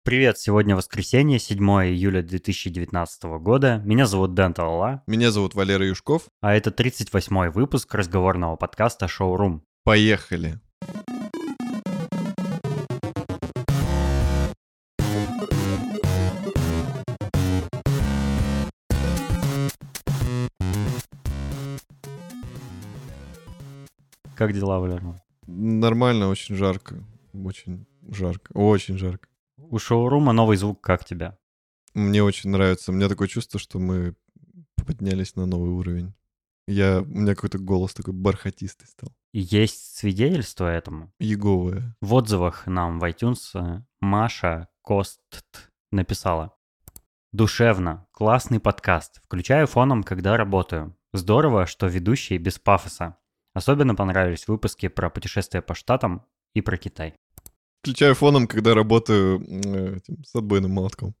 Привет, сегодня воскресенье, 7 июля 2019 года. Меня зовут Дэн Талала, Меня зовут Валера Юшков. а это 38-й выпуск разговорного подкаста «Шоурум». Поехали. Как дела, Валера? Нормально, очень жарко. Очень жарко. Очень жарко. У «Шоурума» новый звук, как тебя? Мне очень нравится. У меня такое чувство, что мы поднялись на новый уровень. У меня какой-то голос такой бархатистый стал. Есть свидетельство этому. Еговое. В отзывах нам в iTunes Маша Кост написала: «Душевно, классный подкаст, включаю фоном, когда работаю. Здорово, что ведущие без пафоса. Особенно понравились выпуски про путешествия по штатам и про Китай». Включаю фоном, когда работаю этим, с отбойным молотком.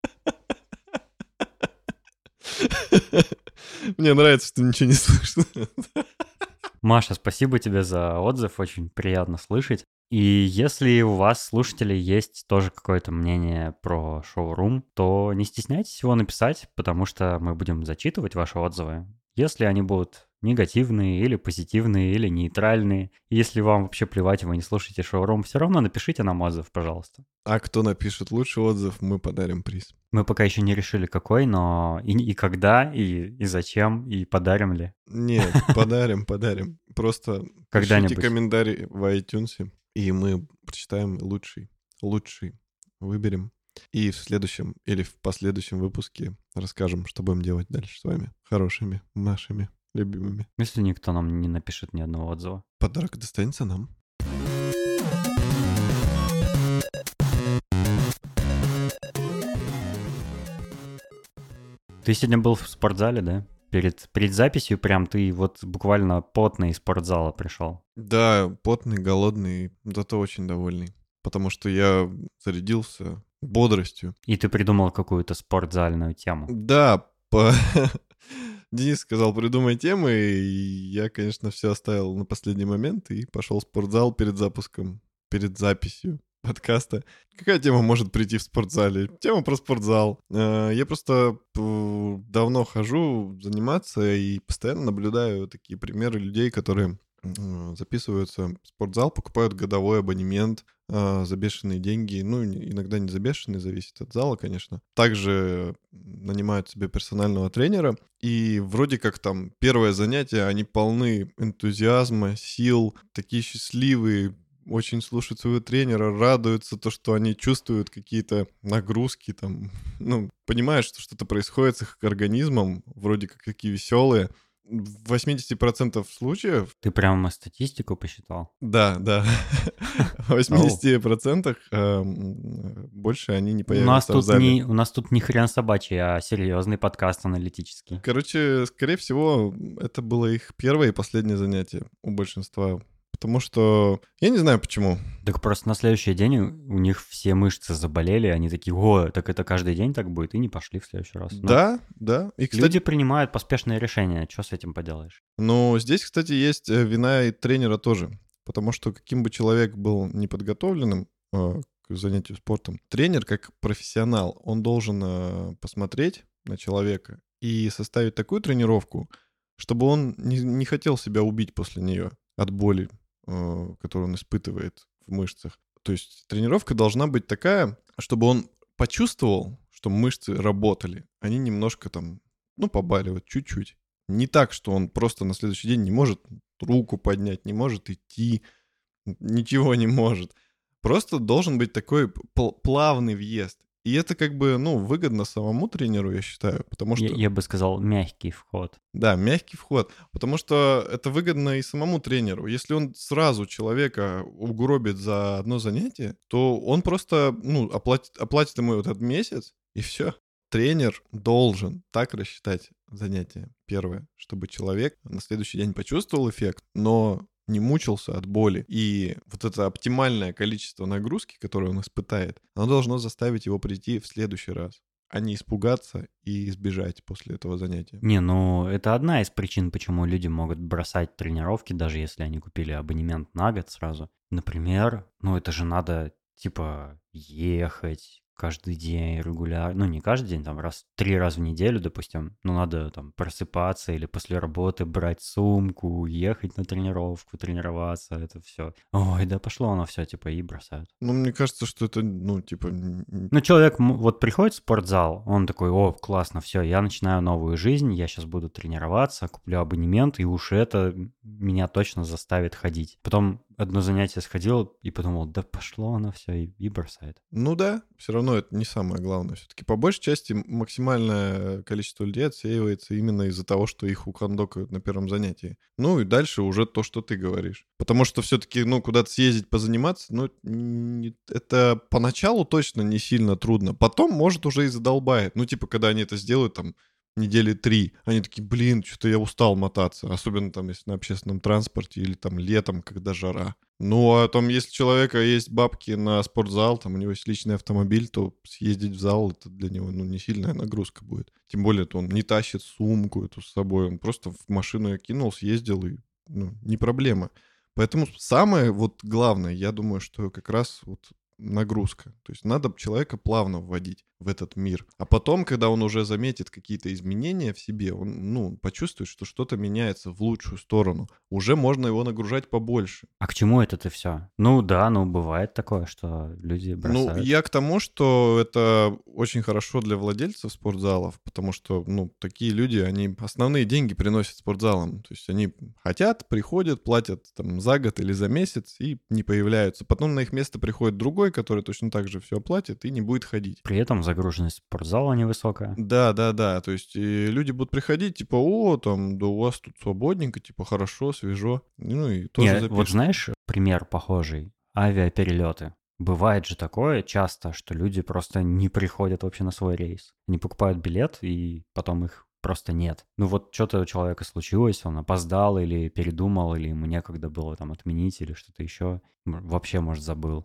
Мне нравится, что ничего не слышно. Маша, спасибо тебе за отзыв, очень приятно слышать. И если у вас, слушатели, есть тоже какое-то мнение про шоурум, то не стесняйтесь его написать, потому что мы будем зачитывать ваши отзывы. Если они будут негативные или позитивные или нейтральные, и если вам вообще плевать, и вы не слушаете шоурум, все равно напишите нам отзыв, пожалуйста. А кто напишет лучший отзыв, мы подарим приз. Мы пока еще не решили, какой, но и когда, и зачем, и подарим ли. Нет, подарим. Просто пишите Когда-нибудь. комментарий в iTunes, и мы прочитаем лучший выберем. И в следующем или в последующем выпуске расскажем, что будем делать дальше с вами. Хорошими, нашими любимыми. Если никто нам не напишет ни одного отзыва. Подарок достанется нам. Ты сегодня был в спортзале, да? Перед записью прям ты вот буквально потный из спортзала пришел. Да, потный, голодный, зато очень довольный. Потому что я зарядился бодростью. И ты придумал какую-то спортзальную тему. Да, Денис сказал, придумай темы, и я, конечно, все оставил на последний момент и пошел в спортзал перед запуском, перед записью подкаста. Какая тема может прийти в спортзале? Тема про спортзал. Я просто давно хожу заниматься и постоянно наблюдаю такие примеры людей, которые записываются в спортзал, покупают годовой абонемент за бешеные деньги. Ну, иногда не за бешеные, зависит от зала, конечно. Также нанимают себе персонального тренера. И вроде как там первое занятие, они полны энтузиазма, сил, такие счастливые, очень слушают своего тренера, радуются то, что они чувствуют какие-то нагрузки, там, ну, понимают, что что-то происходит с их организмом, вроде как такие веселые. В 80% случаев... Ты прямо статистику посчитал? Да. В 80% больше они не появятся в зале. У нас тут не хрен собачий, а серьезный подкаст аналитический. Короче, скорее всего, это было их первое и последнее занятие у большинства. Потому что я не знаю почему. Так просто на следующий день у них все мышцы заболели, они такие: о, так это каждый день так будет, и не пошли в следующий раз. Да. И, кстати, люди принимают поспешные решения, что с этим поделаешь? Но здесь, кстати, есть вина и тренера тоже. Потому что каким бы человек был неподготовленным к занятию спортом, тренер как профессионал, он должен посмотреть на человека и составить такую тренировку, чтобы он не хотел себя убить после нее от боли, которую он испытывает в мышцах. То есть тренировка должна быть такая, чтобы он почувствовал, что мышцы работали. Они немножко там, побаливают чуть-чуть. Не так, что он просто на следующий день не может руку поднять, не может идти, ничего не может. Просто должен быть такой плавный въезд. И это как бы, выгодно самому тренеру, я считаю, потому что... Я бы сказал, мягкий вход. Да, мягкий вход, потому что это выгодно и самому тренеру. Если он сразу человека угробит за одно занятие, то он просто, оплатит ему этот месяц, и все. Тренер должен так рассчитать занятие первое, чтобы человек на следующий день почувствовал эффект, но не мучился от боли. И вот это оптимальное количество нагрузки, которое он испытает, оно должно заставить его прийти в следующий раз, а не испугаться и избежать после этого занятия. Это одна из причин, почему люди могут бросать тренировки, даже если они купили абонемент на год сразу. Например, это же надо, ехать, каждый день регулярно, ну не каждый день, там раз 3 раза в неделю, допустим, ну надо там просыпаться или после работы брать сумку, ехать на тренировку, тренироваться, это все. Ой, да пошло оно все, типа, и бросают. Ну, мне кажется, что это, ну, типа, Ну, человек вот приходит в спортзал, он такой: о, классно, все, я начинаю новую жизнь, я сейчас буду тренироваться, куплю абонемент, и уж это меня точно заставит ходить. Потом одно занятие сходил и подумал: да пошло оно все, и бросает. ну да, все равно это не самое главное. Все-таки по большей части максимальное количество людей отсеивается именно из-за того, что их укандокают на первом занятии. Ну и дальше уже то, что ты говоришь. Потому что все-таки, ну, куда-то съездить, позаниматься, ну, это поначалу точно не сильно трудно. Потом, может, уже и задолбает. Ну, типа, когда они это сделают, там, недели 3, они такие: блин, что-то я устал мотаться. Особенно там, если на общественном транспорте или там летом, когда жара. Ну, а там, если у человека есть бабки на спортзал, там у него есть личный автомобиль, то съездить в зал, это для него, ну, не сильная нагрузка будет. Тем более, то он не тащит сумку эту с собой, он просто в машину ее кинул, съездил, и, ну, не проблема. Поэтому самое вот главное, я думаю, что как раз вот нагрузка. То есть надо человека плавно вводить в этот мир. А потом, когда он уже заметит какие-то изменения в себе, он, ну, почувствует, что что-то меняется в лучшую сторону. Уже можно его нагружать побольше. А к чему это ты все? Ну да, ну бывает такое, что люди Ну, бросают. я к тому, что это очень хорошо для владельцев спортзалов, потому что, ну, такие люди, они основные деньги приносят спортзалам. То есть они хотят, приходят, платят там за год или за месяц и не появляются. Потом на их место приходит другой, который точно так же все оплатит и не будет ходить. При этом загруженность спортзала невысокая. Да, да, да. То есть и люди будут приходить, типа: о, там, да у вас тут свободненько, типа, хорошо, свежо. Ну и тоже Не, вот запишут. знаешь, пример похожий. Авиаперелеты. Бывает же такое часто, что люди просто не приходят вообще на свой рейс. Они покупают билет, и потом их просто нет. Ну вот что-то у человека случилось, он опоздал или передумал, или ему некогда было там отменить, или что-то еще. Вообще, может, забыл.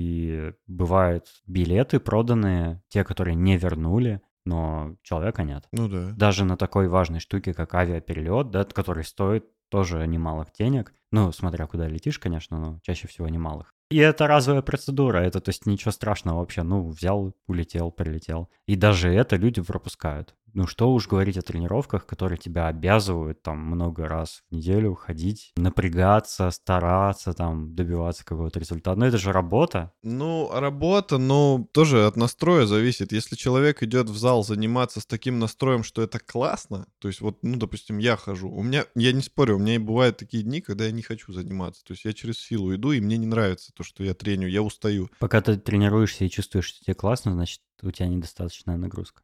И бывают билеты проданные, те, которые не вернули, но человека нет. Ну да. Даже на такой важной штуке, как авиаперелет, да, который стоит тоже немалых денег. Ну, смотря куда летишь, конечно, но чаще всего немалых. И это разовая процедура, это, то есть, ничего страшного вообще. Ну, взял, улетел, прилетел. И даже это люди пропускают. Ну, что уж говорить о тренировках, которые тебя обязывают там много раз в неделю ходить, напрягаться, стараться, там, добиваться какого-то результата. Но это же работа. Ну, работа, ну, тоже от настроя зависит. Если человек идет в зал заниматься с таким настроем, что это классно, то есть вот, ну, допустим, я хожу, у меня, я не спорю, у меня и бывают такие дни, когда я не хочу заниматься. То есть я через силу иду, и мне не нравится то, что я треню, я устаю. Пока ты тренируешься и чувствуешь, что тебе классно, значит, у тебя недостаточная нагрузка.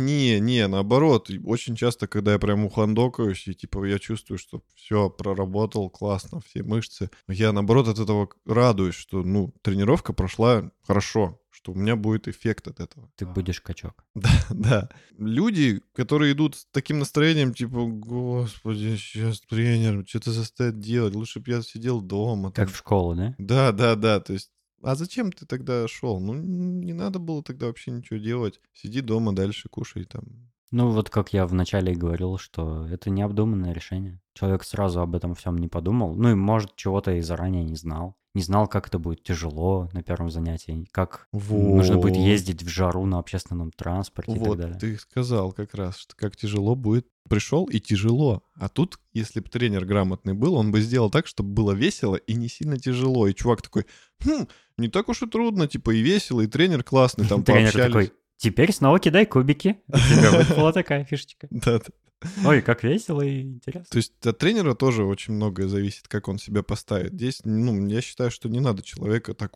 Не, наоборот. И очень часто, когда я прям ухандокаюсь, и типа я чувствую, что все, проработал классно, все мышцы, я наоборот от этого радуюсь, что, ну, тренировка прошла хорошо, что у меня будет эффект от этого. Ты будешь качок. Да, да. Люди, которые идут с таким настроением, типа: господи, сейчас тренер что-то заставит делать, лучше бы я сидел дома. Как Там. в школу, да? Да, да, да, то есть, а зачем ты тогда шел? Ну, не надо было тогда вообще ничего делать. Сиди дома дальше, кушай там. Ну, вот как я вначале и говорил, что это необдуманное решение. Человек сразу об этом всем не подумал. Ну и, может, чего-то и заранее не знал. Не знал, как это будет тяжело на первом занятии, как нужно будет Вот, ездить в жару на общественном транспорте и так вот, далее. ты сказал как раз, что как тяжело будет. Пришел и тяжело. А тут, если бы тренер грамотный был, он бы сделал так, чтобы было весело и не сильно тяжело. И чувак такой: не так уж и трудно, типа, и весело, и тренер классный, там Тренер пообщались. такой: теперь снова кидай кубики. У тебя выпала такая фишечка. Да, да. Ой, как весело и интересно. То есть от тренера тоже очень многое зависит, как он себя поставит. Здесь, ну, я считаю, что не надо человека так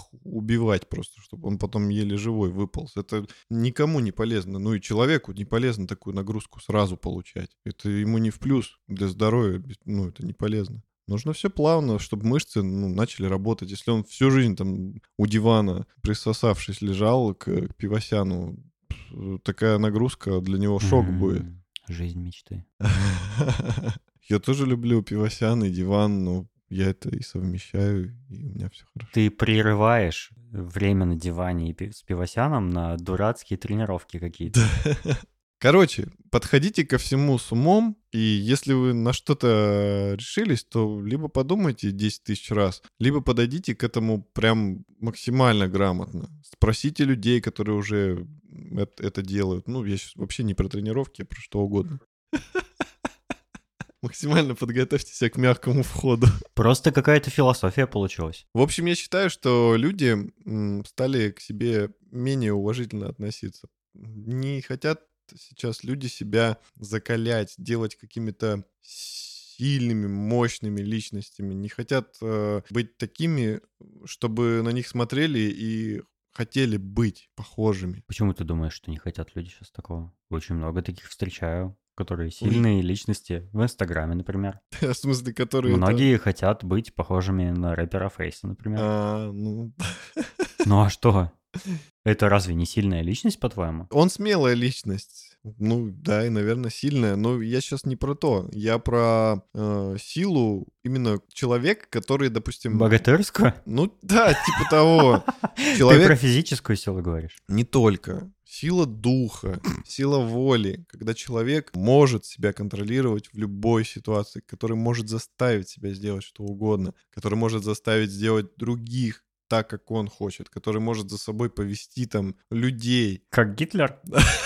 убивать просто, чтобы он потом еле живой выполз. Это никому не полезно. Ну и человеку не полезно такую нагрузку сразу получать. Это ему не в плюс для здоровья. Ну, это не полезно. Нужно все плавно, чтобы мышцы, ну, начали работать. Если он всю жизнь там у дивана, присосавшись, лежал к пивосяну, такая нагрузка для него шок будет. Жизнь мечты. Я тоже люблю пивосян и диван, но я это и совмещаю, и у меня все хорошо. Ты прерываешь время на диване с пивосяном на дурацкие тренировки какие-то. Короче, подходите ко всему с умом, и если вы на что-то решились, то либо подумайте 10 тысяч раз, либо подойдите к этому прям максимально грамотно. Спросите людей, которые уже это делают. Ну, я сейчас вообще не про тренировки, а про что угодно. Максимально подготовьте себя к мягкому входу. Просто какая-то философия получилась. В общем, я считаю, что люди стали к себе менее уважительно относиться. Не хотят сейчас люди себя закалять, делать какими-то сильными, мощными личностями. Не хотят быть такими, чтобы на них смотрели и хотели быть похожими. Почему ты думаешь, что не хотят люди сейчас такого? Очень много таких встречаю, которые Ой. сильные личности. В Инстаграме, например. В смысле, которые... Многие хотят быть похожими на рэпера Фейса, например. Ну... Ну а что? Это разве не сильная личность, по-твоему? Он смелая личность. Ну, да, и, наверное, сильная. Но я сейчас не про то. Я про силу именно человека, который, допустим... Богатырскую? Ну, да, типа того. Ты про физическую силу говоришь? Не только. Сила духа, сила воли, когда человек может себя контролировать в любой ситуации, который может заставить себя сделать что угодно, который может заставить сделать других так, как он хочет, который может за собой повести там людей. Как Гитлер?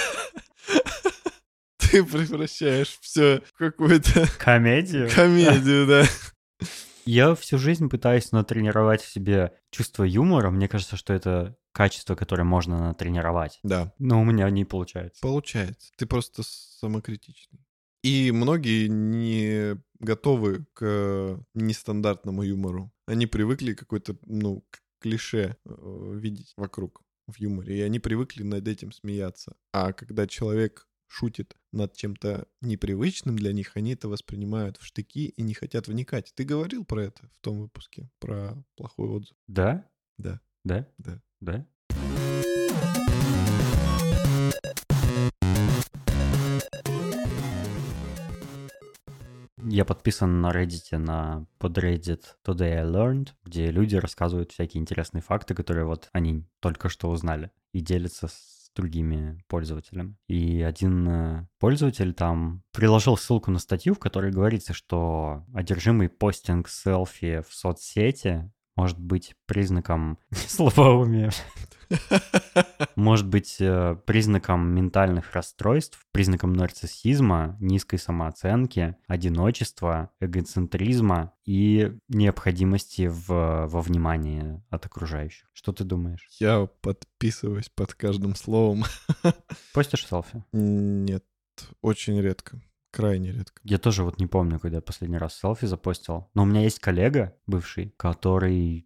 Ты превращаешь все в какую-то... Комедию? Комедию, да. Я всю жизнь пытаюсь натренировать в себе чувство юмора. Мне кажется, что это качество, которое можно натренировать. Да. Но у меня не получается. Получается. Ты просто самокритичный. И многие не готовы к нестандартному юмору. Они привыкли какой-то, клише видеть вокруг в юморе. И они привыкли над этим смеяться. А когда человек шутит над чем-то непривычным для них, они это воспринимают в штыки и не хотят вникать. Ты говорил про это в том выпуске, про плохой отзыв? Да? Да. Да? Да. Да? Я подписан на Reddit, на подreddit Today I Learned, где люди рассказывают всякие интересные факты, которые вот они только что узнали, и делятся с другими пользователями. И один пользователь там приложил ссылку на статью, в которой говорится, что одержимый постинг селфи в соцсети может быть признаком слабоумия. Может быть признаком ментальных расстройств, признаком нарциссизма, низкой самооценки, одиночества, эгоцентризма и необходимости во внимании от окружающих. Что ты думаешь? Я подписываюсь под каждым словом. Постишь селфи? Нет, очень редко. Крайне редко. Я тоже вот не помню, когда я последний раз селфи запостил. Но у меня есть коллега бывший, который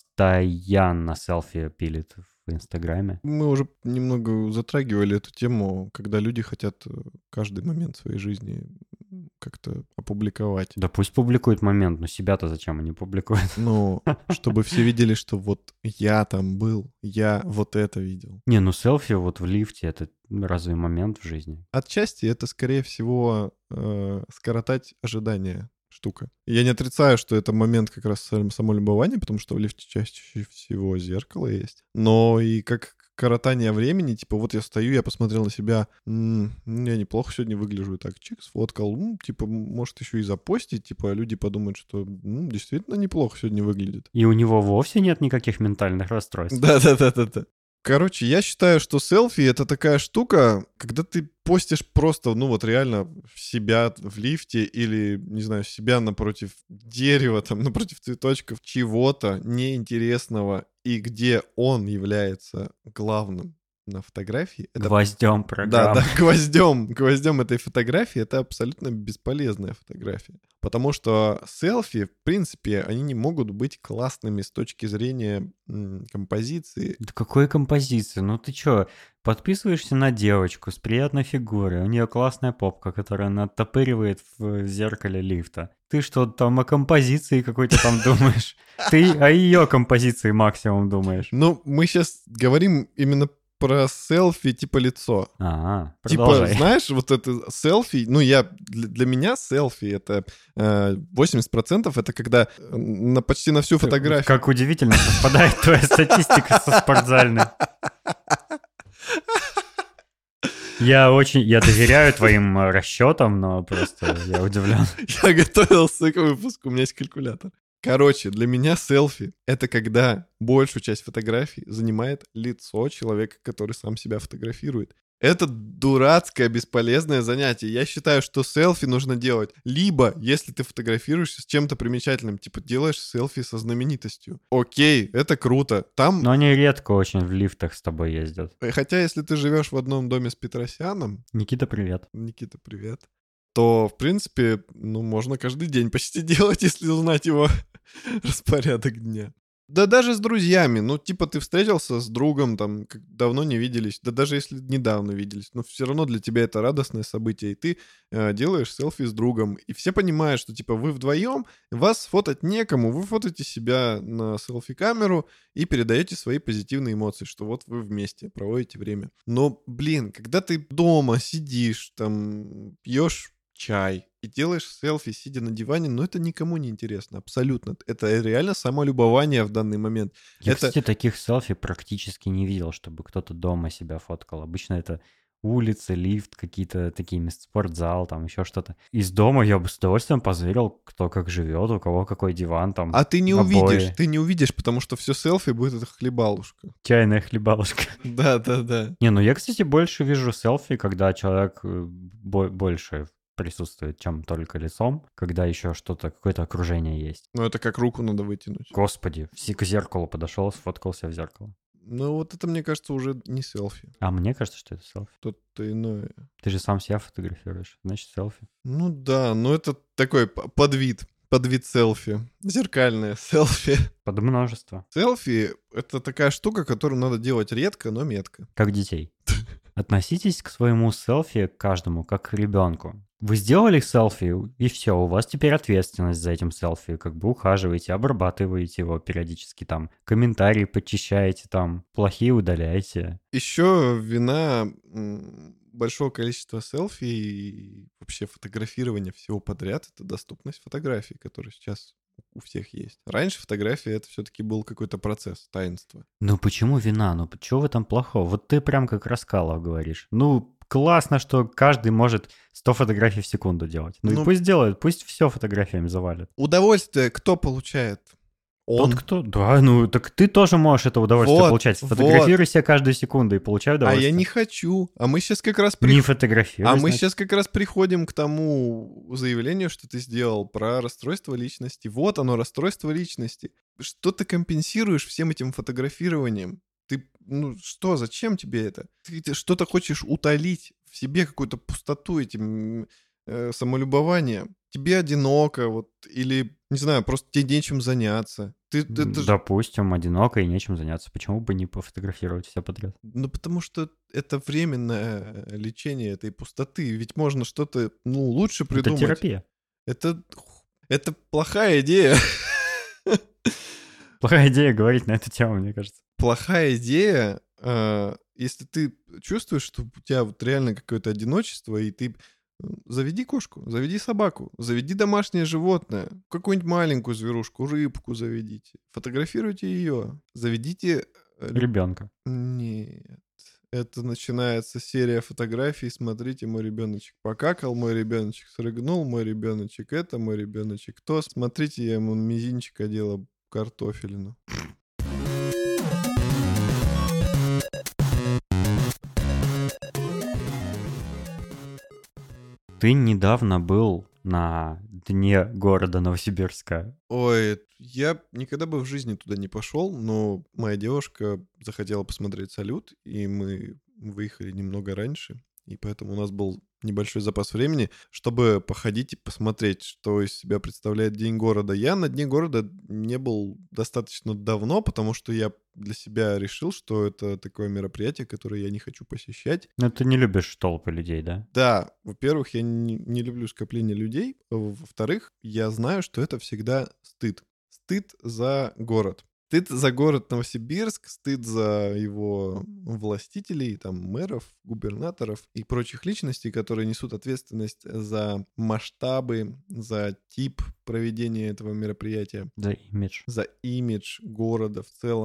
постоянно селфи пилит в Инстаграме. Мы уже немного затрагивали эту тему, когда люди хотят каждый момент своей жизни как-то опубликовать. Да пусть публикует момент, но себя-то зачем они публикуют? Ну, чтобы все видели, что вот я там был, я вот это видел. Не, ну селфи вот в лифте — это разве момент в жизни? Отчасти это, скорее всего, скоротать ожидания штука. Я не отрицаю, что это момент как раз самолюбования, потому что в лифте чаще всего зеркало есть. Но и как коротание времени, типа вот я стою, я посмотрел на себя, я неплохо сегодня выгляжу, так чик, сфоткал, типа может еще и запостить, типа люди подумают, что действительно неплохо сегодня выглядит. И у него вовсе нет никаких ментальных расстройств. Да. Короче, я считаю, что селфи — это такая штука, когда ты постишь просто, реально себя в лифте или, не знаю, себя напротив дерева, там, напротив цветочков, чего-то неинтересного, и где он является главным на фотографии. Это... Гвоздем программы. Да, гвоздем этой фотографии — это абсолютно бесполезная фотография. Потому что селфи, в принципе, они не могут быть классными с точки зрения композиции. Да какой композиции? Ну ты чё, подписываешься на девочку с приятной фигурой, у нее классная попка, которая она оттопыривает в зеркале лифта. Ты что там о композиции какой-то там думаешь? Ты о ее композиции максимум думаешь. Ну, мы сейчас говорим именно про селфи типа лицо. Продолжай. Типа, знаешь, вот это селфи, для меня селфи это 80% это когда почти на всю фотографию. Как удивительно совпадает твоя статистика со спортзальной. Я доверяю твоим расчетам, но просто я удивлен. Я готовился к выпуску, у меня есть калькулятор. Короче, для меня селфи — это когда большую часть фотографий занимает лицо человека, который сам себя фотографирует. Это дурацкое, бесполезное занятие. Я считаю, что селфи нужно делать либо, если ты фотографируешься с чем-то примечательным, типа делаешь селфи со знаменитостью. Окей, это круто. Там, Но они редко очень в лифтах с тобой ездят. хотя если ты живешь в одном доме с Петросяном, Никита, привет. Никита, привет, то, в принципе, ну, можно каждый день почти делать, если узнать его распорядок дня. Да даже с друзьями. Ну, типа, ты встретился с другом, там, давно не виделись. Да даже если недавно виделись. Но все равно для тебя это радостное событие. И ты делаешь селфи с другом. И все понимают, что, типа, вы вдвоем, вас фотать некому. Вы фототе себя на селфи-камеру и передаете свои позитивные эмоции, что вот вы вместе проводите время. Но, блин, когда ты дома сидишь, там, пьешь чай и делаешь селфи, сидя на диване, но это никому не интересно, абсолютно. Это реально самолюбование в данный момент. Я, Это кстати, таких селфи практически не видел, чтобы кто-то дома себя фоткал. Обычно это улица, лифт, какие-то такие места, спортзал, там еще что-то. Из дома я бы с удовольствием позырил, кто как живет, у кого какой диван, там, А ты обои. не увидишь, потому что все селфи будет это хлебалушка. Чайная хлебалушка. Да. Не, ну я, кстати, больше вижу селфи, когда человек больше присутствует, чем только лицом, когда еще что-то, какое-то окружение есть. Ну, это как руку надо вытянуть. Господи, к зеркалу подошел, сфоткался в зеркало. Ну, вот это, мне кажется, уже не селфи. А мне кажется, что это селфи. Что-то иное. Ты же сам себя фотографируешь, значит, селфи. Ну да, но это такой подвид селфи. Зеркальное селфи. Под множество. Селфи — это такая штука, которую надо делать редко, но метко. Как детей. Относитесь к своему селфи каждому как к ребенку. Вы сделали селфи, и все, у вас теперь ответственность за этим селфи. Как бы ухаживаете, обрабатываете его периодически там. Комментарии подчищаете там, плохие удаляете. Еще вина большого количества селфи и вообще фотографирования всего подряд — это доступность фотографий, которая сейчас у всех есть. Раньше фотография — это все-таки был какой-то процесс, таинство. Ну почему вина? Ну чего в этом плохого? Вот ты прям как Раскалов говоришь. Ну классно, что каждый может 100 фотографий в секунду делать. Ну и пусть делает, пусть все фотографиями завалит. Удовольствие кто получает? Он. Тот, кто... Да, ну так ты тоже можешь это удовольствие получать. Фотографируй себя каждую секунду и получай удовольствие. А я не хочу. А мы сейчас как раз... Не фотографируй, А мы сейчас как раз приходим к тому заявлению, что ты сделал про расстройство личности. Вот оно, расстройство личности. Что ты компенсируешь всем этим фотографированием? Ты, ну что, зачем тебе это? Ты что-то хочешь утолить в себе, какую-то пустоту этим самолюбованием. Тебе одиноко, вот, или, не знаю, просто тебе нечем заняться. Допустим, одиноко и нечем заняться. Почему бы не пофотографировать все подряд? Ну, потому что это временное лечение этой пустоты. Ведь можно что-то, ну, лучше придумать. Это терапия. Это плохая идея. Плохая идея говорить на эту тему, мне кажется. Плохая идея, если ты чувствуешь, что у тебя вот реально какое-то одиночество, и ты заведи кошку, заведи собаку, заведи домашнее животное, какую-нибудь маленькую зверушку, рыбку заведите, фотографируйте ее, заведите... Ребенка. Нет. Это начинается серия фотографий. Смотрите, мой ребеночек покакал, мой ребеночек срыгнул, мой ребеночек это, мой ребеночек то. Смотрите, я ему мизинчик одела картофелину. Ты недавно был на дне города Новосибирска. Ой, я никогда бы в жизни туда не пошел, но моя девушка захотела посмотреть салют, и мы выехали немного раньше, и поэтому у нас был небольшой запас времени, чтобы походить и посмотреть, что из себя представляет День города. Я на Дне города не был достаточно давно, потому что я для себя решил, что это такое мероприятие, которое я не хочу посещать. Но ты не любишь толпы людей, да? Да, во-первых, я не люблю скопление людей. Во-вторых, я знаю, что это всегда стыд. Стыд за город. Стыд за город Новосибирск, стыд за его властителей, там, мэров, губернаторов и прочих личностей, которые несут ответственность за масштабы, за тип проведения этого мероприятия. За имидж. За имидж города в целом.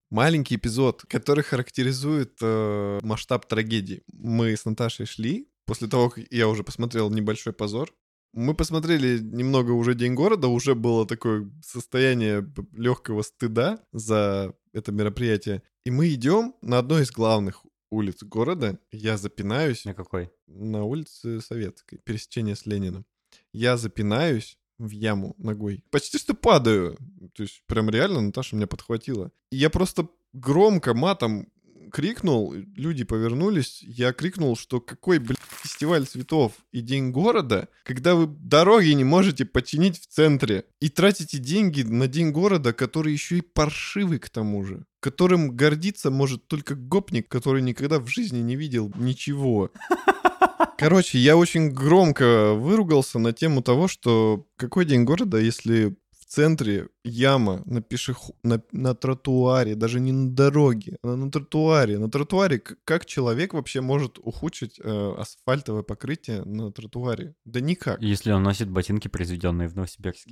Маленький эпизод, который характеризует масштаб трагедии. Мы с Наташей шли, после того, как я уже посмотрел «Небольшой позор». Мы посмотрели немного уже «День города», уже было такое состояние легкого стыда за это мероприятие. И мы идем на одной из главных улиц города. Я запинаюсь. На какой? На улице Советской, пересечение с Лениным. Я запинаюсь в яму ногой. Почти что падаю. То есть прям реально Наташа меня подхватила. И я просто громко матом крикнул, люди повернулись, я крикнул, что какой, фестиваль цветов и День города, когда вы дороги не можете починить в центре и тратите деньги на День города, который еще и паршивый к тому же, которым гордиться может только гопник, который никогда в жизни не видел ничего. Короче, я очень громко выругался на тему того, что какой День города, если в центре яма на тротуаре, даже не на дороге, а на тротуаре. На тротуаре как человек вообще может ухудшить асфальтовое покрытие на тротуаре? Да никак. Если он носит ботинки, произведенные в Новосибирске.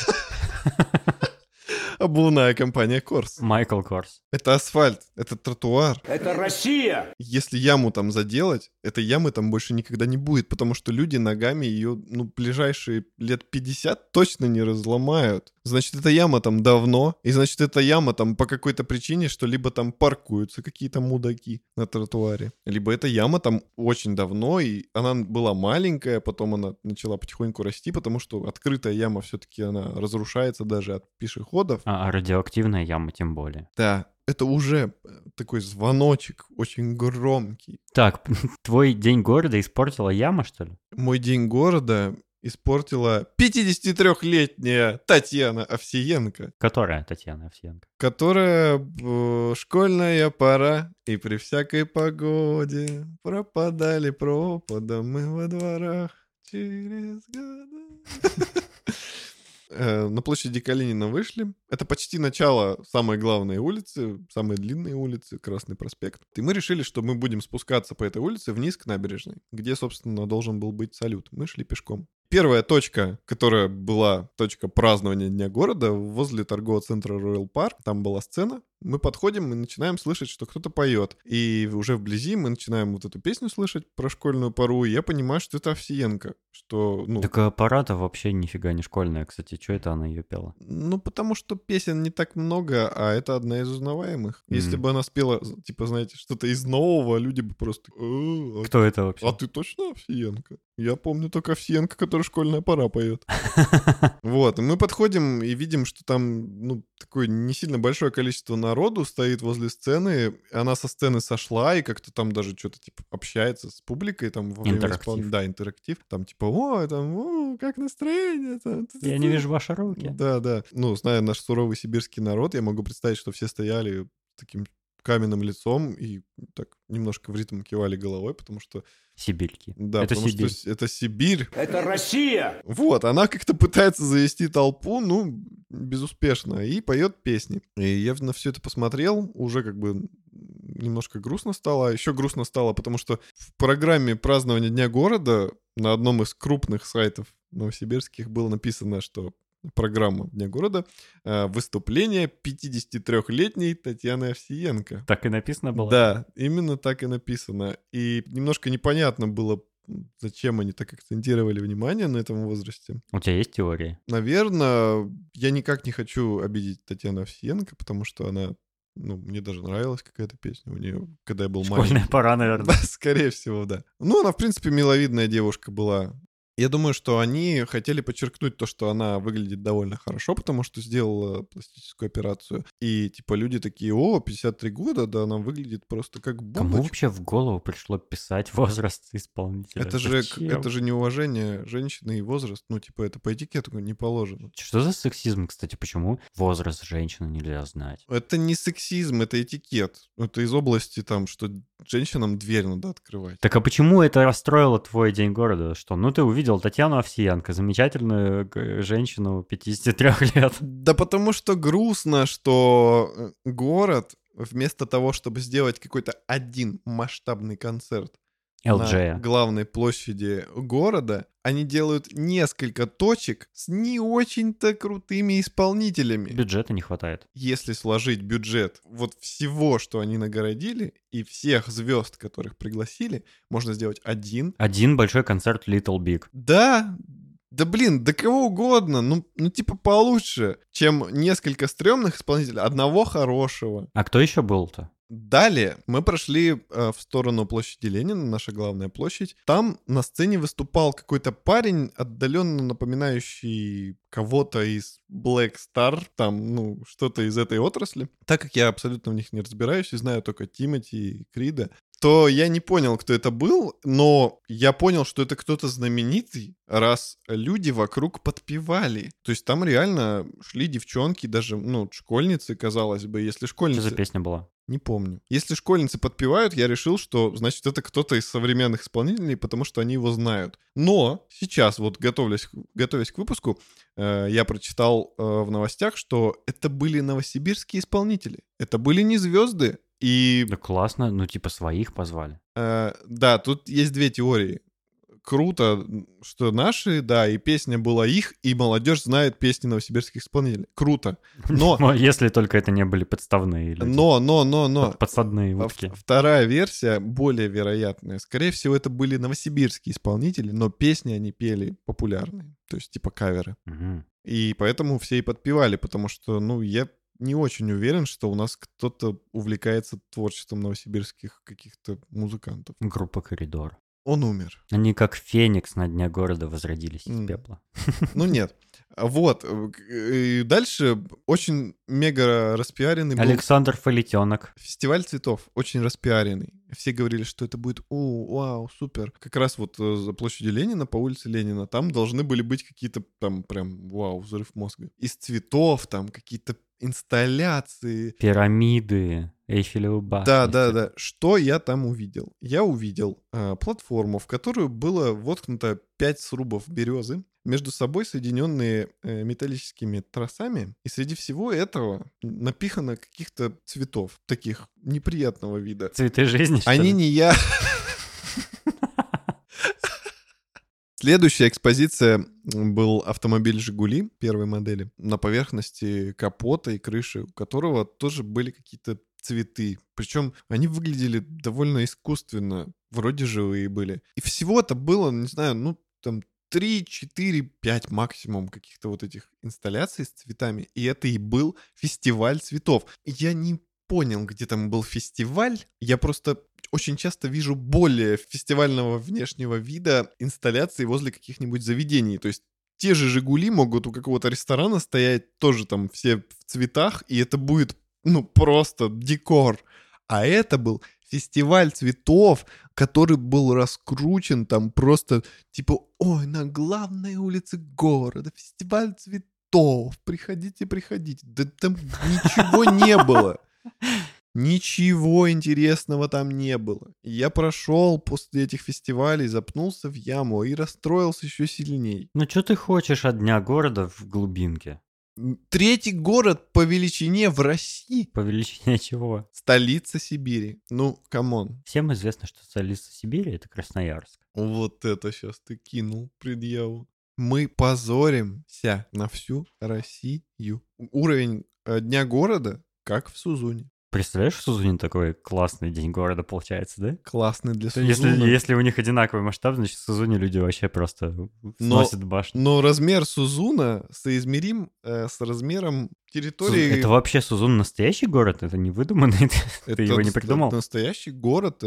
Обувная компания Корс. Майкл Корс. Это асфальт, это тротуар. Это Россия! Если яму там заделать, этой ямы там больше никогда не будет, потому что люди ногами ее, ближайшие лет 50 точно не разломают. Значит, эта яма там давно, и значит, эта яма там по какой-то причине, что либо там паркуются какие-то мудаки на тротуаре, либо эта яма там очень давно, и она была маленькая, потом она начала потихоньку расти, потому что открытая яма все-таки она разрушается даже от пешеходов. А радиоактивная яма тем более. Да, это уже такой звоночек очень громкий. Так, твой День города испортила яма, что ли? Мой День города испортила 53-летняя Татьяна Овсиенко. Которая Татьяна Овсиенко? Которая школьная пора, и при всякой погоде пропадали пропадом мы во дворах через года. На площади Калинина вышли. Это почти начало самой главной улицы, самой длинной улицы, Красный проспект. И мы решили, что мы будем спускаться по этой улице вниз к набережной, где, собственно, должен был быть салют. Мы шли пешком. Первая точка, которая была точка празднования Дня города, возле торгового центра Royal Park, там была сцена. Мы подходим и начинаем слышать, что кто-то поет. И уже вблизи мы начинаем вот эту песню слышать про школьную пору, и я понимаю, что это Овсиенко. Что, Так аппарата вообще нифига не школьная, кстати. Что это она ее пела? Потому что песен не так много, а это одна из узнаваемых. Если бы она спела, типа, знаете, что-то из нового, люди бы просто... Кто это вообще? А ты точно Овсиенко? Я помню только Овсиенко, который «Школьная пора» поет. Вот, и мы подходим и видим, что там, такое не сильно большое количество народу стоит возле сцены. Она со сцены сошла и как-то там даже что-то, типа, общается с публикой. Там, во время Интерактив. Да, интерактив. Там, типа, как настроение? Я не вижу ваши руки. Да. Зная наш суровый сибирский народ, я могу представить, что все стояли таким каменным лицом и так немножко в ритм кивали головой, потому что... Сибирьки. Да, это потому Сибирь. что это Сибирь. Это Россия! Вот, она как-то пытается завести толпу, безуспешно, и поет песни. И я на все это посмотрел, уже как бы немножко грустно стало. Еще грустно стало, потому что в программе празднования Дня города на одном из крупных сайтов новосибирских было написано, что программа Дня города, выступление 53-летней Татьяны Овсиенко. Так и написано было? Да, именно так и написано. И немножко непонятно было, зачем они так акцентировали внимание на этом возрасте. У тебя есть теории? Наверное, я никак не хочу обидеть Татьяну Овсиенко, потому что она... мне даже нравилась какая-то песня у нее, когда я был маленький. Школьная пора, наверное. Да, скорее всего, да. Она, в принципе, миловидная девушка была. Я думаю, что они хотели подчеркнуть то, что она выглядит довольно хорошо, потому что сделала пластическую операцию. И, типа, люди такие: 53 года, да, она выглядит просто как бомбочка. Кому вообще в голову пришло писать возраст исполнителя? Это же неуважение женщины и возраст. Это по этикету не положено. Что за сексизм, кстати? Почему возраст женщины нельзя знать? Это не сексизм, это этикет. Это из области там, что женщинам дверь надо открывать. Так а почему это расстроило твой День города? Что, ты увидел Татьяну Овсиенко, замечательную женщину 53 лет. Да потому что грустно, что город вместо того, чтобы сделать какой-то один масштабный концерт LG. на главной площади города, они делают несколько точек с не очень-то крутыми исполнителями. Бюджета не хватает. Если сложить бюджет вот всего, что они нагородили, и всех звезд, которых пригласили, можно сделать Один большой концерт Little Big. Да, блин, да кого угодно, ну типа получше, чем несколько стрёмных исполнителей, одного хорошего. А кто еще был-то? Далее мы прошли в сторону площади Ленина, наша главная площадь. Там на сцене выступал какой-то парень, отдаленно напоминающий кого-то из Black Star, там, ну, что-то из этой отрасли. Так как я абсолютно в них не разбираюсь и знаю только Тимати и Крида, то я не понял, кто это был, но я понял, что это кто-то знаменитый, раз люди вокруг подпевали. То есть там реально шли девчонки, даже, ну, школьницы, казалось бы, если школьницы... Что за песня была? Не помню. Если школьницы подпевают, я решил, что, значит, это кто-то из современных исполнителей, потому что они его знают. Но сейчас, вот готовясь к выпуску, я прочитал в новостях, что это были новосибирские исполнители. Это были не звезды. И... Да классно, ну типа своих позвали. Да, тут есть две теории. Круто, что наши, да, и песня была их, и молодежь знает песни новосибирских исполнителей. Круто. Но... Если только это не были подставные люди. Но. Подсадные утки. Вторая версия более вероятная. Скорее всего, это были новосибирские исполнители, но песни они пели популярные. То есть типа каверы. Угу. И поэтому все и подпевали, потому что, ну, я не очень уверен, что у нас кто-то увлекается творчеством новосибирских каких-то музыкантов. Группа «Коридор». Он умер. Они как феникс на дне города возродились из пепла. Ну нет. Вот. И дальше очень мега распиаренный был... Александр Фалетенок. Фестиваль цветов. Очень распиаренный. Все говорили, что это будет вау, супер. Как раз вот за площадью Ленина, по улице Ленина, там должны были быть какие-то там прям вау, взрыв мозга. Из цветов там какие-то инсталляции. Пирамиды, Эйфелевы башни. Да. Что я там увидел? Я увидел платформу, в которую было воткнуто 5 срубов березы, между собой соединенные металлическими тросами. И среди всего этого напихано каких-то цветов, таких неприятного вида. Цветы жизни, что Они ли? не я. Следующая экспозиция был автомобиль «Жигули» первой модели, на поверхности капота и крыши, у которого тоже были какие-то цветы. Причем они выглядели довольно искусственно, вроде живые были. И всего это было, не знаю, ну, там 3, 4, 5 максимум каких-то вот этих инсталляций с цветами. И это и был фестиваль цветов. Я не понял, где там был фестиваль. Я просто очень часто вижу более фестивального внешнего вида инсталляции возле каких-нибудь заведений. То есть те же «Жигули» могут у какого-то ресторана стоять тоже там все в цветах, и это будет, ну, просто декор. А это был фестиваль цветов, который был раскручен там просто типа, ой, на главной улице города фестиваль цветов, приходите. Да там ничего не было. Ничего интересного там не было. Я прошел после этих фестивалей, запнулся в яму и расстроился еще сильней. Ну что ты хочешь от Дня города в глубинке? 3-й город по величине в России. По величине чего? Столица Сибири. Ну, камон. Всем известно, что столица Сибири — это Красноярск. Вот это сейчас ты кинул предъяву. Мы позоримся на всю Россию. Уровень Дня города как в Сузуне. Представляешь, в Сузуне такой классный день города получается, да? Классный для Сузуна. Если у них одинаковый масштаб, значит, в Сузуне люди вообще просто сносят башню. Но размер Сузуна соизмерим с размером территории... Это вообще Сузун настоящий город? Это не выдуманный? Ты его не придумал? Это настоящий город.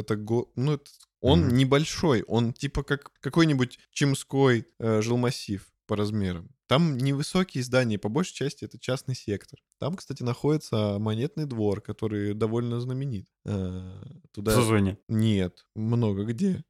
Он небольшой. Он типа как какой-нибудь Чемской жилмассив по размерам. Там невысокие здания, по большей части это частный сектор. Там, кстати, находится Монетный двор, который довольно знаменит. В Сузуне? Нет, много где.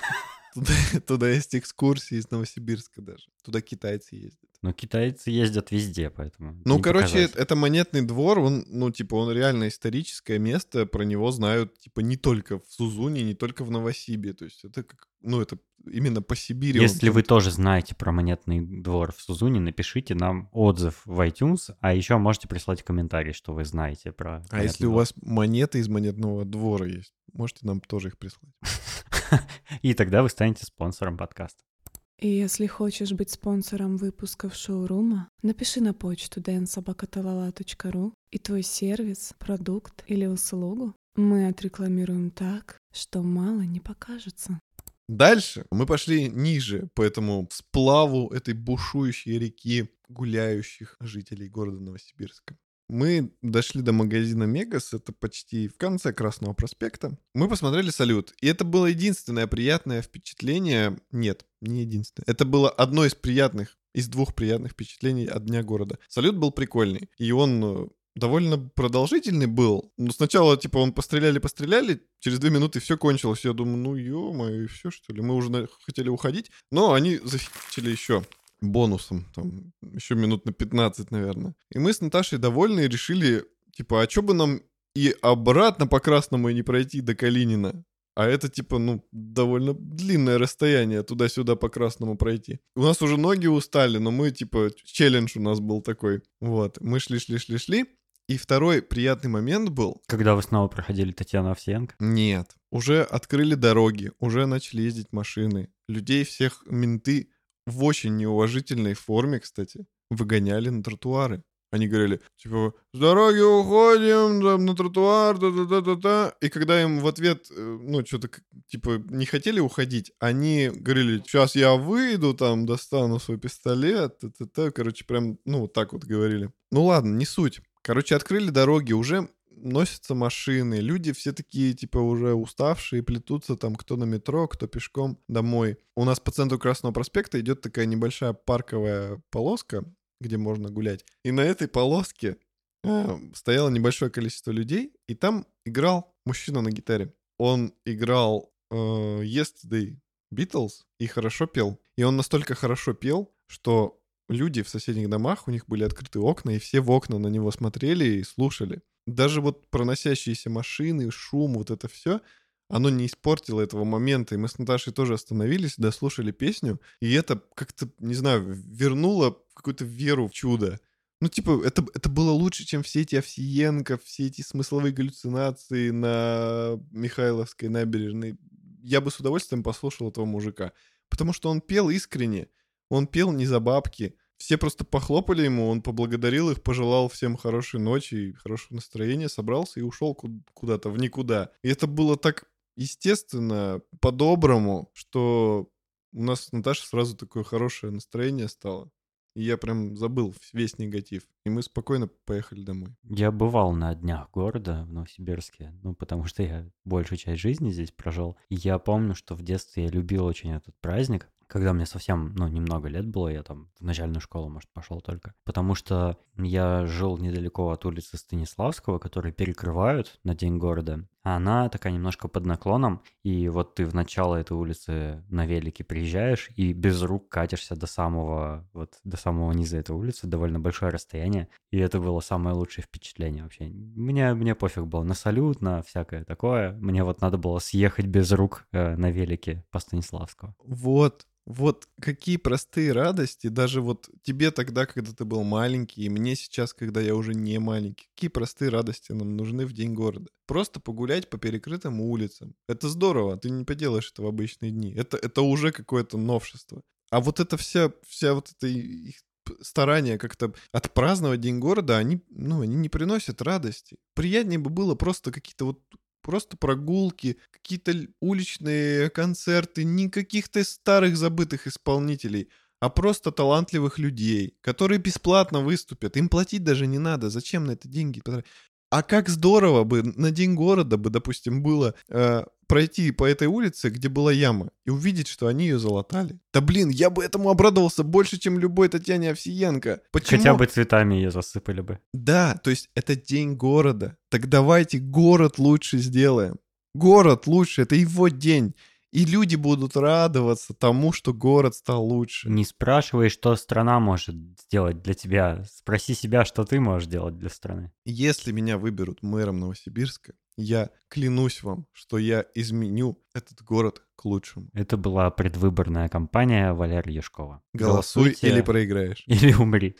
Туда есть экскурсии из Новосибирска даже. Туда китайцы ездят. Но китайцы ездят везде, поэтому... Ну, короче, это Монетный двор, он реально историческое место, про него знают, типа, не только в Сузуне, не только в Новосибе, то есть это как, это именно по Сибири. Если вы тоже знаете про Монетный двор в Сузуне, напишите нам отзыв в iTunes, а еще можете прислать комментарий, что вы знаете про А если у вас монеты из Монетного двора есть, можете нам тоже их прислать. И тогда вы станете спонсором подкаста. И если хочешь быть спонсором выпусков шоурума, напиши на почту dnsobakatalala.ru, и твой сервис, продукт или услугу мы отрекламируем так, что мало не покажется. Дальше мы пошли ниже по этому сплаву этой бушующей реки гуляющих жителей города Новосибирска. Мы дошли до магазина Мегас, это почти в конце Красного проспекта. Мы посмотрели салют, и это было единственное приятное впечатление. Нет, не единственное. Это было одно из двух приятных впечатлений от дня города. Салют был прикольный, и он довольно продолжительный был. Ну, сначала, типа, он постреляли, через 2 минуты все кончилось. Я думаю, ну, ё-моё, и все, что ли? Мы уже хотели уходить, но они зафичили еще бонусом, там, еще минут на 15, наверное. И мы с Наташей довольны и решили, типа, а чё бы нам и обратно по Красному и не пройти до Калинина? А это, типа, ну, довольно длинное расстояние туда-сюда по Красному пройти. У нас уже ноги устали, но мы, типа, челлендж у нас был такой. Вот, мы шли. И второй приятный момент был... Когда вы снова проходили Татьяну Овсиенко? Нет, уже открыли дороги, уже начали ездить машины. Людей всех менты в очень неуважительной форме, кстати, выгоняли на тротуары. Они говорили, типа, с дороги уходим, там, на тротуар, та-та-та-та-та. И когда им в ответ, ну, что-то, типа, не хотели уходить, они говорили, сейчас я выйду, там, достану свой пистолет, та-та-та. Короче, прям, ну, вот так вот говорили. Ну, ладно, не суть. Короче, открыли дороги, уже носятся машины, люди все такие, типа, уже уставшие, плетутся там, кто на метро, кто пешком домой. У нас по центру Красного проспекта идет такая небольшая парковая полоска, где можно гулять. И на этой полоске стояло небольшое количество людей, и там играл мужчина на гитаре. Он играл Yesterday Beatles и хорошо пел. И он настолько хорошо пел, что люди в соседних домах, у них были открыты окна, и все в окна на него смотрели и слушали. Даже вот проносящиеся машины, шум, вот это все, оно не испортило этого момента. И мы с Наташей тоже остановились, дослушали песню, и это как-то, не знаю, вернуло какую-то веру в чудо. Ну, типа, это было лучше, чем все эти Овсиенко, все эти смысловые галлюцинации на Михайловской набережной. Я бы с удовольствием послушал этого мужика. Потому что он пел искренне, он пел не за бабки. Все просто похлопали ему, он поблагодарил их, пожелал всем хорошей ночи и хорошего настроения, собрался и ушел куда-то в никуда. И это было так естественно, по-доброму, что у нас с Наташей сразу такое хорошее настроение стало. И я прям забыл весь негатив. И мы спокойно поехали домой. Я бывал на днях города в Новосибирске, ну, потому что я большую часть жизни здесь прожил. И я помню, что в детстве я любил очень этот праздник. Когда мне совсем, ну, немного лет было, я там в начальную школу, может, пошел только. Потому что я жил недалеко от улицы Станиславского, которые перекрывают на День города. А она такая немножко под наклоном. И вот ты в начало этой улицы на велике приезжаешь и без рук катишься до самого низа этой улицы, довольно большое расстояние. И это было самое лучшее впечатление вообще. Мне пофиг было на салют, на всякое такое. Мне вот надо было съехать без рук на велике по Станиславского. Вот какие простые радости, даже вот тебе тогда, когда ты был маленький, и мне сейчас, когда я уже не маленький, какие простые радости нам нужны в День города. Просто погулять по перекрытым улицам. Это здорово, ты не поделаешь это в обычные дни. Это уже какое-то новшество. А вот это вся вот эта их старания как-то отпраздновать День города, они не приносят радости. Приятнее бы было просто какие-то вот просто прогулки, какие-то уличные концерты, не каких-то старых забытых исполнителей, а просто талантливых людей, которые бесплатно выступят. Им платить даже не надо. Зачем на это деньги потратить? А как здорово бы на День города бы, допустим, было пройти по этой улице, где была яма, и увидеть, что они ее залатали. Да блин, я бы этому обрадовался больше, чем любой Татьяне Овсиенко. Почему? Хотя бы цветами ее засыпали бы. Да, то есть это День города. Так давайте город лучше сделаем. Город лучше, это его день. И люди будут радоваться тому, что город стал лучше. Не спрашивай, что страна может сделать для тебя. Спроси себя, что ты можешь делать для страны. Если меня выберут мэром Новосибирска, я клянусь вам, что я изменю этот город к лучшему. Это была предвыборная кампания Валерия Яшкова. Голосуй Голосуйте или проиграешь. или умри.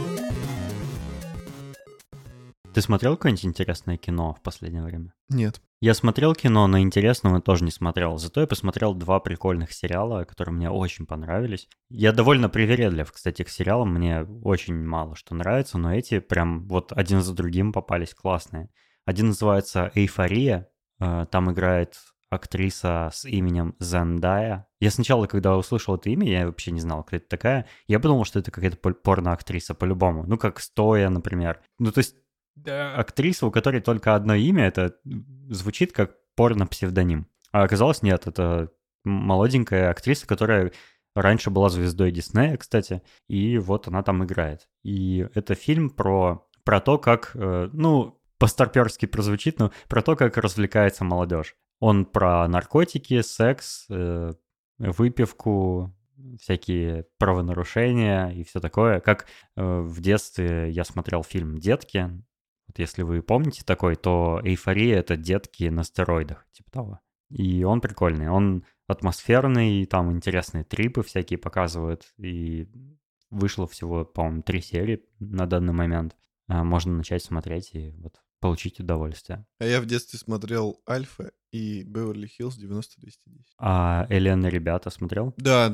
Ты смотрел какое-нибудь интересное кино в последнее время? Нет. Я смотрел кино, но интересного тоже не смотрел. Зато я посмотрел 2 прикольных сериала, которые мне очень понравились. Я довольно привередлив, кстати, к сериалам. Мне очень мало что нравится, но эти прям вот один за другим попались классные. Один называется «Эйфория». Там играет актриса с именем Зендая. Я сначала, когда услышал это имя, я вообще не знал, кто это такая. Я подумал, что это какая-то порно-актриса по-любому. Ну, как Стоя, например. Ну, то есть актриса, у которой только одно имя, это звучит как порно-псевдоним. А оказалось, нет, это молоденькая актриса, которая раньше была звездой Диснея, кстати, и вот она там играет. И это фильм про то, как, ну, по-старперски прозвучит, но про то, как развлекается молодежь. Он про наркотики, секс, выпивку, всякие правонарушения и все такое. Как в детстве я смотрел фильм «Детки». Вот если вы помните такой, то «Эйфория» — это детки на стероидах, типа того. И он прикольный, он атмосферный, там интересные трипы всякие показывают. И вышло всего, по-моему, 3 серии на данный момент. Можно начать смотреть и вот получить удовольствие. А я в детстве смотрел «Альфа» и «Беверли-Хиллз 90210». А «Элен и ребята» смотрел? Да.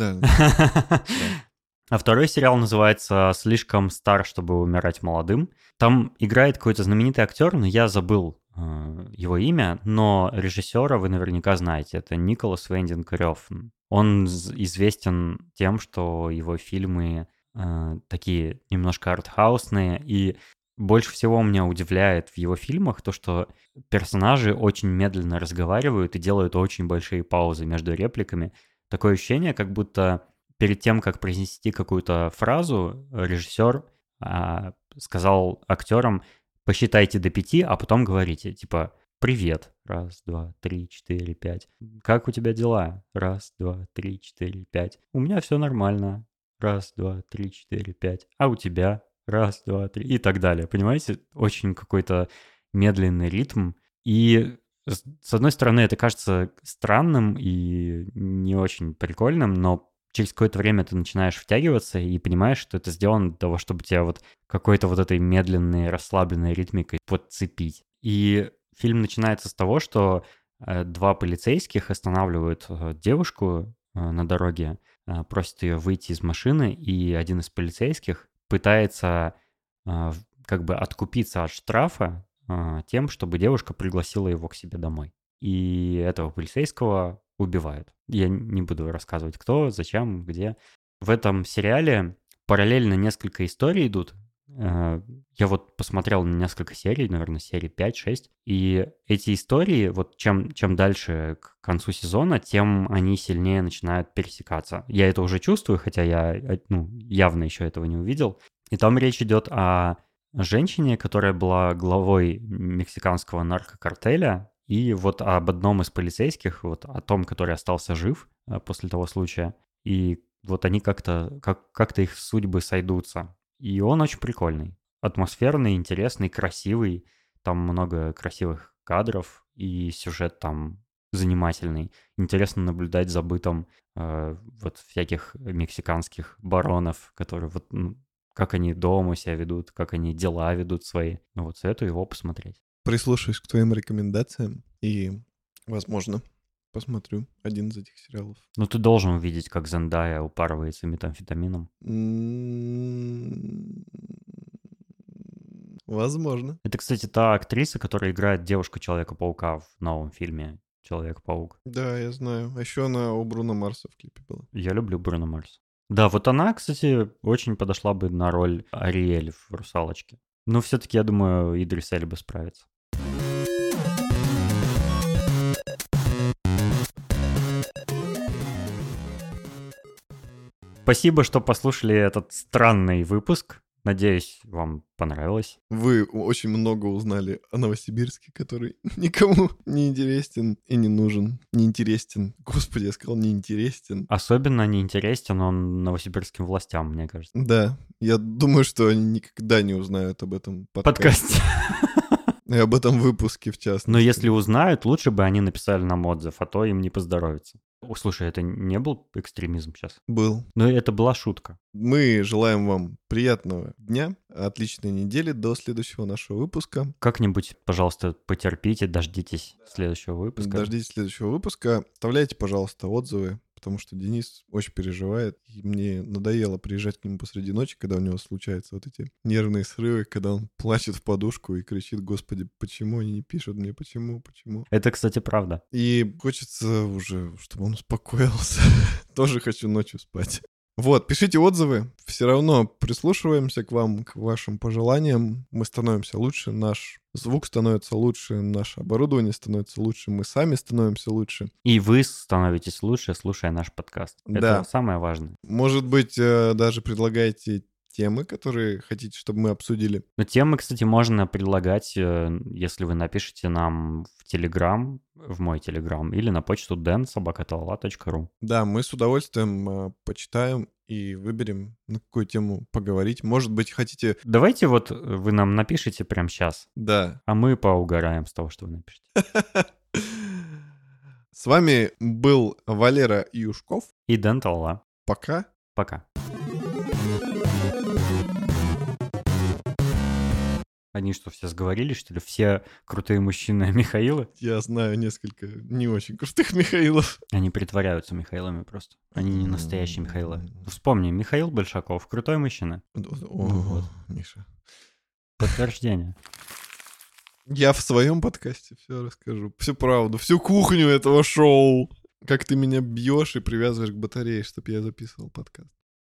А второй сериал называется «Слишком стар, чтобы умирать молодым». Там играет какой-то знаменитый актер, но я забыл его имя, но режиссера вы наверняка знаете. Это Николас Виндинг Рёфн. Он известен тем, что его фильмы такие немножко артхаусные, и больше всего меня удивляет в его фильмах то, что персонажи очень медленно разговаривают и делают очень большие паузы между репликами. Такое ощущение, как будто перед тем, как произнести какую-то фразу, режиссер сказал актерам: посчитайте до 5, а потом говорите, типа: привет, 1, 2, 3, 4, 5. Как у тебя дела? 1, 2, 3, 4, 5. У меня все нормально. 1, 2, 3, 4, 5. А у тебя? 1, 2, 3 и так далее. Понимаете? Очень какой-то медленный ритм. И с одной стороны, это кажется странным и не очень прикольным, но через какое-то время ты начинаешь втягиваться и понимаешь, что это сделано для того, чтобы тебя вот какой-то вот этой медленной, расслабленной ритмикой подцепить. И фильм начинается с того, что 2 полицейских останавливают девушку на дороге, просят ее выйти из машины, и один из полицейских пытается как бы откупиться от штрафа тем, чтобы девушка пригласила его к себе домой. И этого полицейского убивают. Я не буду рассказывать, кто, зачем, где. В этом сериале параллельно несколько историй идут. Я вот посмотрел на несколько серий, наверное, серий 5-6, и эти истории, вот чем дальше к концу сезона, тем они сильнее начинают пересекаться. Я это уже чувствую, хотя я явно еще этого не увидел. И там речь идет о женщине, которая была главой мексиканского наркокартеля, и вот об одном из полицейских, вот о том, который остался жив после того случая, и вот они как-то их судьбы сойдутся. И он очень прикольный, атмосферный, интересный, красивый, там много красивых кадров, и сюжет там занимательный. Интересно наблюдать за бытом вот всяких мексиканских баронов, которые вот как они дома себя ведут, как они дела ведут свои. Ну вот советую его посмотреть. Прислушаюсь к твоим рекомендациям и, возможно, посмотрю один из этих сериалов. Ну, ты должен увидеть, как Зендая упарывается метамфетамином. Возможно. Это, кстати, та актриса, которая играет девушку Человека-паука в новом фильме Человек-паук. Да, я знаю. А еще она у Бруно Марса в клипе была. Я люблю Бруно Марс. Да, вот она, кстати, очень подошла бы на роль Ариэль в «Русалочке». Но все-таки, я думаю, Идрис Эльба справится. Спасибо, что послушали этот странный выпуск. Надеюсь, вам понравилось. Вы очень много узнали о Новосибирске, который никому не интересен и не нужен. Неинтересен. Господи, я сказал неинтересен. Особенно неинтересен он новосибирским властям, мне кажется. Да, я думаю, что они никогда не узнают об этом подкасте. И об этом выпуске, в частности. Но если узнают, лучше бы они написали нам отзыв, а то им не поздоровится. Слушай, это не был экстремизм сейчас? Был. Но это была шутка. Мы желаем вам приятного дня, отличной недели до следующего нашего выпуска. Как-нибудь, пожалуйста, потерпите, дождитесь следующего выпуска. Дождитесь следующего выпуска. Оставляйте, пожалуйста, отзывы, потому что Денис очень переживает. И мне надоело приезжать к нему посреди ночи, когда у него случаются вот эти нервные срывы, когда он плачет в подушку и кричит: «Господи, почему они не пишут мне? Почему? Почему?» Это, кстати, правда. И хочется уже, чтобы он успокоился. Тоже хочу ночью спать. Вот, пишите отзывы. Все равно прислушиваемся к вам, к вашим пожеланиям. Мы становимся лучше, наш звук становится лучше, наше оборудование становится лучше, мы сами становимся лучше. И вы становитесь лучше, слушая наш подкаст. Да. Это самое важное. Может быть, даже предлагаете темы, которые хотите, чтобы мы обсудили. Но темы, кстати, можно предлагать, если вы напишите нам в Телеграм, в мой Телеграм, или на почту den@talala.ru. Да, мы с удовольствием почитаем и выберем, на какую тему поговорить. Может быть, хотите... Давайте вот вы нам напишите прямо сейчас, Да. а мы поугараем с того, что вы напишете. С вами был Валера Юшков. И Дэн Талала. Пока. Пока. Они что, все сговорились, что ли? Все крутые мужчины Михаила? Я знаю несколько не очень крутых Михаилов. Они притворяются Михаилами просто. Они не настоящие Михаилы. Вспомни, Михаил Большаков, крутой мужчина. О, Миша. Подтверждение. Я в своем подкасте все расскажу. Всю правду, всю кухню этого шоу. Как ты меня бьешь и привязываешь к батарее, чтобы я записывал подкаст.